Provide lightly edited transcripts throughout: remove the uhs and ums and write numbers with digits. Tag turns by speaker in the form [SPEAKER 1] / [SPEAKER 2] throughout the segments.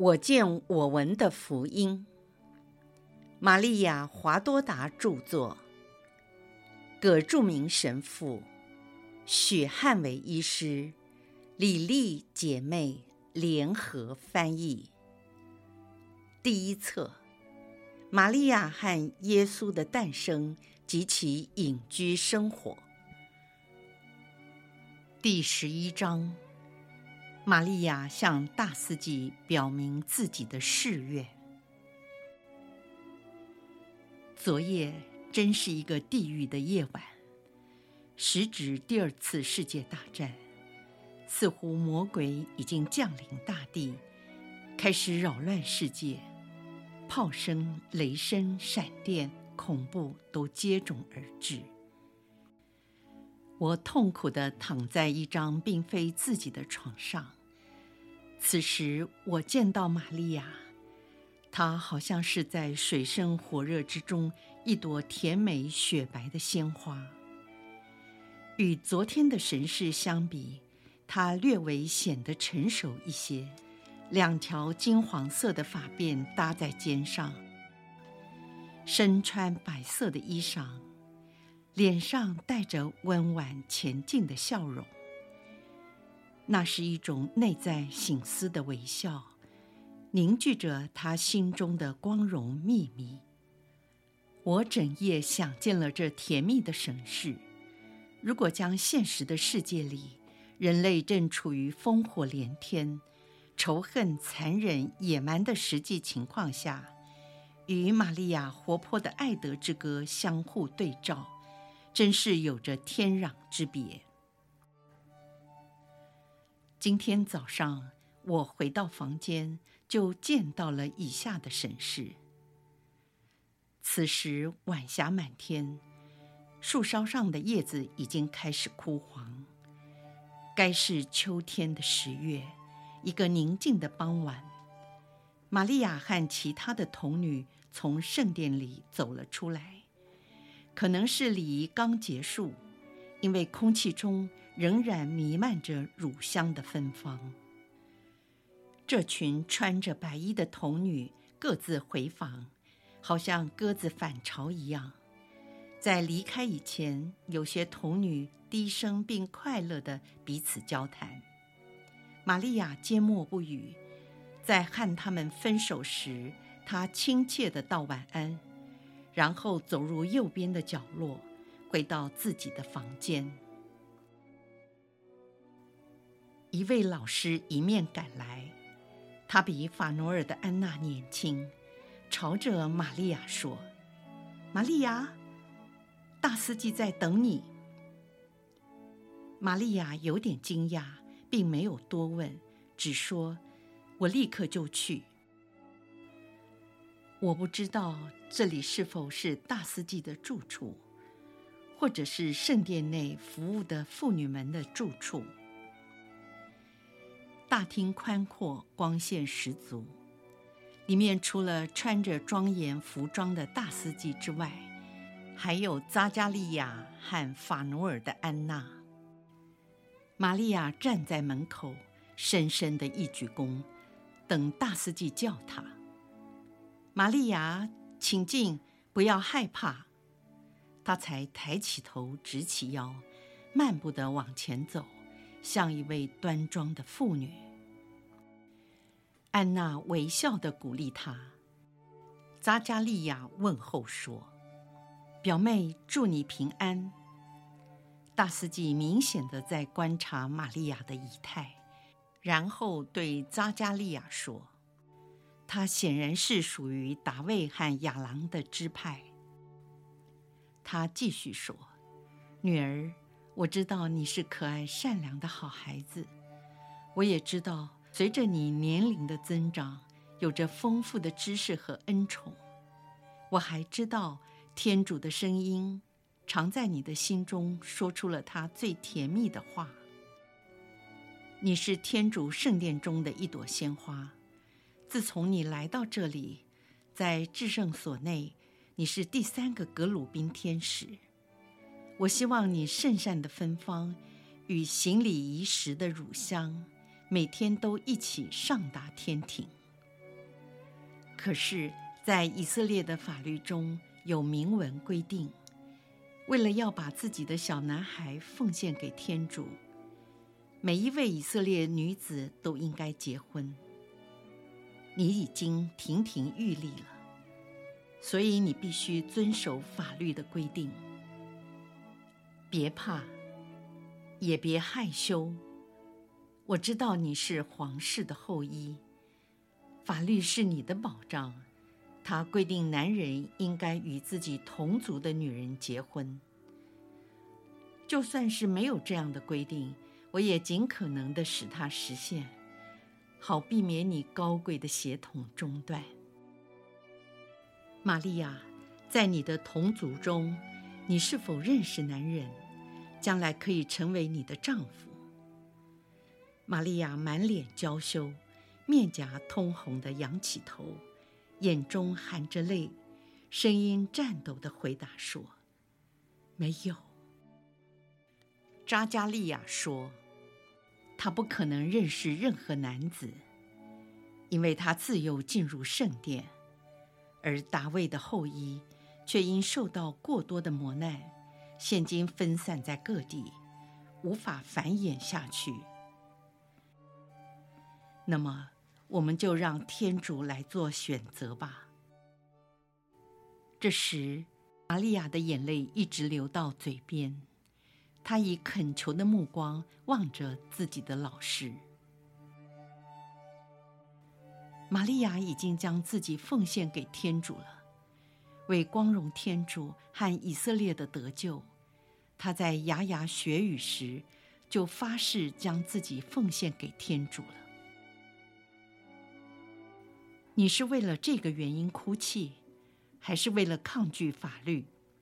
[SPEAKER 1] 我见我闻的福音，玛利亚·华多达著作，葛著名神父，许汉伟医师，李丽姐妹联合翻译。第一册：玛利亚和耶稣的诞生及其隐居生活。第11章：玛利亚向大司祭表明自己的誓愿。昨夜真是一个地狱的夜晚，时值第二次世界大战，似乎魔鬼已经降临大地，开始扰乱世界。炮声、雷声、闪电、恐怖都接踵而至。我痛苦地躺在一张并非自己的床上。此时我见到玛利亚，她好像是在水深火热之中一朵甜美雪白的鲜花。与昨天的神视相比，她略微显得成熟一些，两条金黄色的发辫搭在肩上，身穿白色的衣裳，脸上带着温婉前进的笑容。那是一种内在省思的微笑，凝聚着他心中的光荣秘密。我整夜想见了这甜蜜的神视。如果将现实的世界里，人类正处于烽火连天、仇恨残忍野蛮的实际情况下，与玛利亚活泼的爱德之歌相互对照，真是有着天壤之别。今天早上我回到房间，就见到了以下的神视。此时晚霞满天，树梢上的叶子已经开始枯黄。该是秋天的10月，一个宁静的傍晚。玛利亚和其他的童女从圣殿里走了出来，可能是礼仪刚结束，因为空气中仍然弥漫着乳香的芬芳。这群穿着白衣的童女各自回房，好像鸽子返巢一样。在离开以前，有些童女低声并快乐地彼此交谈。玛利亚缄默不语，在和他们分手时，她亲切地道晚安，然后走入右边的角落，回到自己的房间。一位老师迎面赶来，他比法努尔的安娜年轻，朝着玛利亚说：“玛利亚，大司祭在等你。”玛利亚有点惊讶，并没有多问，只说：“我立刻就去。”我不知道这里是否是大司祭的住处，或者是圣殿内服务的妇女们的住处。大厅宽阔，光线十足，里面除了穿着庄严服装的大司祭之外，还有扎加利亚和法努尔的安娜。玛利亚站在门口，深深地一鞠躬，等大司祭叫她：“玛利亚，请进，不要害怕。”她才抬起头，直起腰，漫步地往前走，像一位端庄的妇女。安娜微笑地鼓励她。扎加利亚问候说：“表妹，祝你平安。”大司祭明显地在观察玛利亚的仪态，然后对扎加利亚说：“她显然是属于达卫和亚郎的支派。”他继续说：“女儿，我知道你是可爱善良的好孩子，我也知道随着你年龄的增长，有着丰富的知识和恩宠。我还知道天主的声音常在你的心中说出了他最甜蜜的话。你是天主圣殿中的一朵鲜花，自从你来到这里，在至圣所内，你是第3个格鲁宾天使。我希望你圣善的芬芳与行礼仪时的乳香，每天都一起上达天庭。 可是，在以色列的法律中有明文规定，为了要把自己的小男孩奉献给天主，每一位以色列女子都应该结婚。你已经亭亭玉立了，所以你必须遵守法律的规定。别怕，也别害羞。我知道你是皇室的后裔，法律是你的保障。它规定男人应该与自己同族的女人结婚。就算是没有这样的规定，我也尽可能地使它实现，好避免你高贵的血统中断。玛利亚，在你的同族中，你是否认识男人，将来可以成为你的丈夫？玛利亚满脸娇羞，面颊通红地仰起头，眼中含着泪，声音颤抖地回答说：“没有。”扎加利亚说：“他不可能认识任何男子，因为他自幼进入圣殿，而大卫的后裔却因受到过多的磨难，现今分散在各地，无法繁衍下去。那么，我们就让天主来做选择吧。”这时，玛利亚的眼泪一直流到嘴边，她以恳求的目光望着自己的老师。玛利亚已经将自己奉献给天主了，为光荣天主和以色列的得救，她在牙牙学语时就发誓将自己奉献给天主了。你是为了这个原因哭泣，还是为了抗拒法律？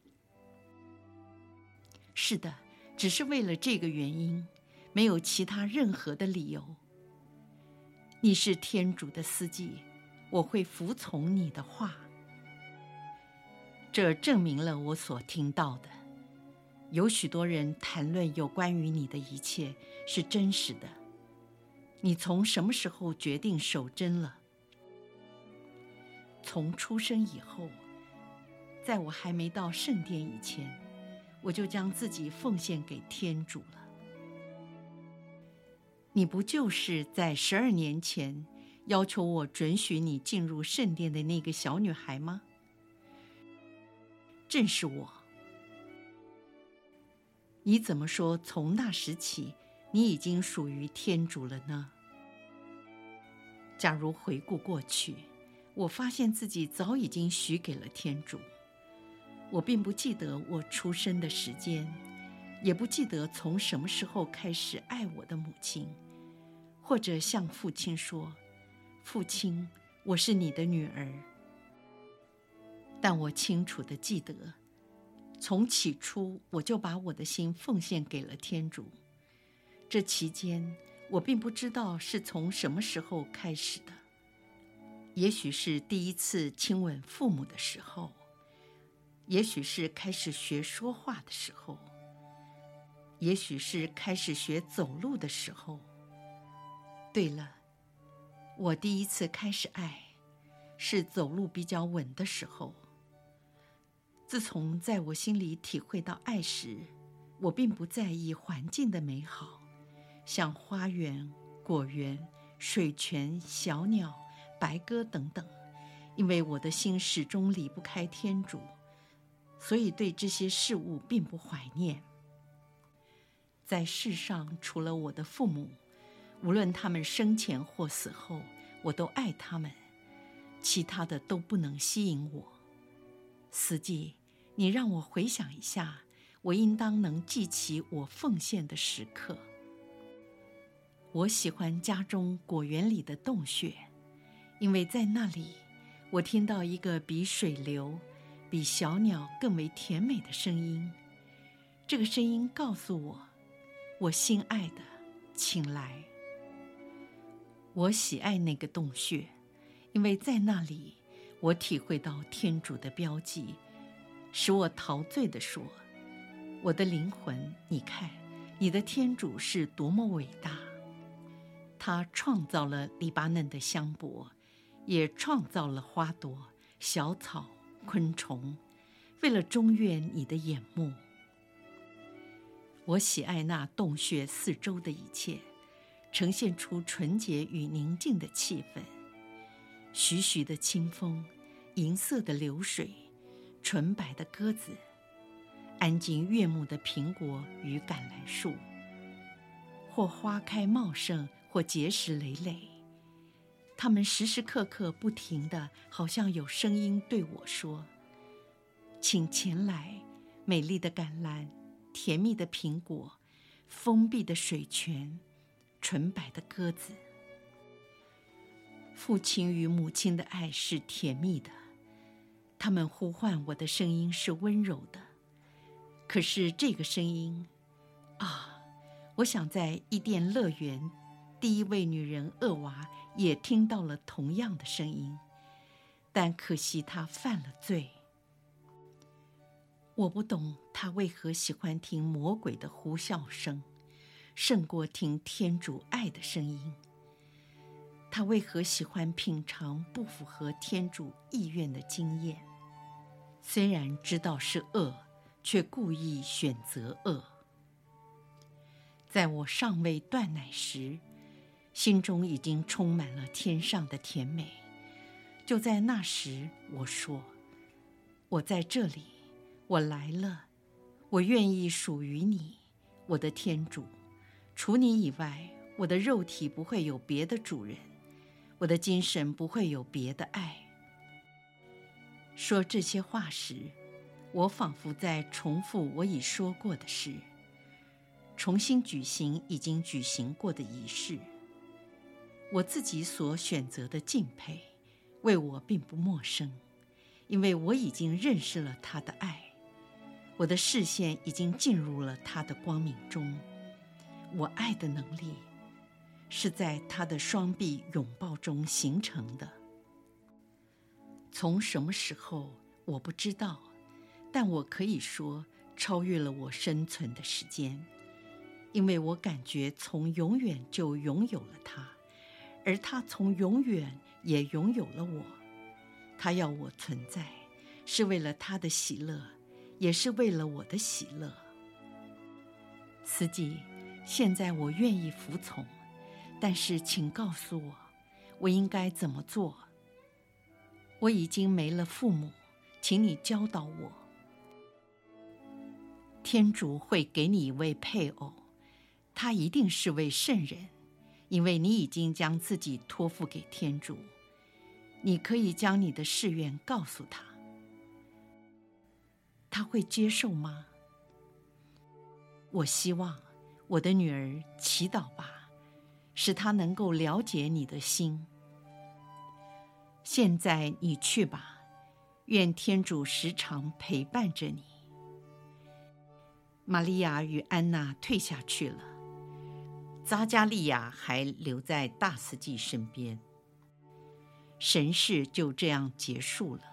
[SPEAKER 1] 是的，只是为了这个原因，没有其他任何的理由。你是天主的司机，我会服从你的话。这证明了我所听到的，有许多人谈论有关于你的一切是真实的。你从什么时候决定守贞了？从出生以后，在我还没到圣殿以前，我就将自己奉献给天主了。你不就是在12年前要求我准许你进入圣殿的那个小女孩吗？正是我。你怎么说从那时起，你已经属于天主了呢？假如回顾过去，我发现自己早已经许给了天主。我并不记得我出生的时间，也不记得从什么时候开始爱我的母亲，或者向父亲说：“父亲，我是你的女儿。”但我清楚地记得，从起初我就把我的心奉献给了天主。这期间，我并不知道是从什么时候开始的。也许是第一次亲吻父母的时候，也许是开始学说话的时候，也许是开始学走路的时候。对了，我第一次开始爱，是走路比较稳的时候。自从在我心里体会到爱时，我并不在意环境的美好，像花园、果园、水泉、小鸟、白鸽等等，因为我的心始终离不开天主，所以对这些事物并不怀念。在世上，除了我的父母，无论他们生前或死后，我都爱他们，其他的都不能吸引我。司机，你让我回想一下，我应当能记起我奉献的时刻。我喜欢家中果园里的洞穴，因为在那里，我听到一个比水流、比小鸟更为甜美的声音。这个声音告诉我，我心爱的，请来。我喜爱那个洞穴，因为在那里，我体会到天主的标记，使我陶醉地说：“我的灵魂，你看，你的天主是多么伟大！他创造了黎巴嫩的香柏， 也创造了花朵、小草、昆虫，为了中悦你的眼目。我喜爱那洞穴四周的一切，呈现出纯洁与宁静的气氛。徐徐的清风，银色的流水，纯白的鸽子，安静悦目的苹果与橄榄树，或花开茂盛，或结实累累。它们时时刻刻不停地，好像有声音对我说：请前来，美丽的橄榄，甜蜜的苹果，封闭的水泉，纯白的鸽子。父亲与母亲的爱是甜蜜的，他们呼唤我的声音是温柔的。可是这个声音我想在伊甸乐园，第一位女人厄娃也听到了同样的声音，但可惜她犯了罪。我不懂她为何喜欢听魔鬼的呼啸声，胜过听天主爱的声音。她为何喜欢品尝不符合天主意愿的经验？虽然知道是恶，却故意选择恶。在我尚未断奶时，心中已经充满了天上的甜美。就在那时，我说：我在这里，我来了，我愿意属于你，我的天主。除你以外，我的肉体不会有别的主人，我的精神不会有别的爱。说这些话时，我仿佛在重复我已说过的事，重新举行已经举行过的仪式。我自己所选择的敬佩，为我并不陌生，因为我已经认识了他的爱，我的视线已经进入了他的光明中。我爱的能力是在他的双臂拥抱中形成的。从什么时候我不知道，但我可以说超越了我生存的时间，因为我感觉从永远就拥有了他，而他从永远也拥有了我。他要我存在，是为了他的喜乐，也是为了我的喜乐。司机，现在我愿意服从，但是请告诉我，我应该怎么做？我已经没了父母，请你教导我。天主会给你一位配偶，他一定是位圣人，因为你已经将自己托付给天主。你可以将你的誓愿告诉他，他会接受吗？我希望我的女儿祈祷吧，使她能够了解你的心。现在你去吧，愿天主时常陪伴着你。玛利亚与安娜退下去了，匝加利亚还留在大司祭身边。神事就这样结束了。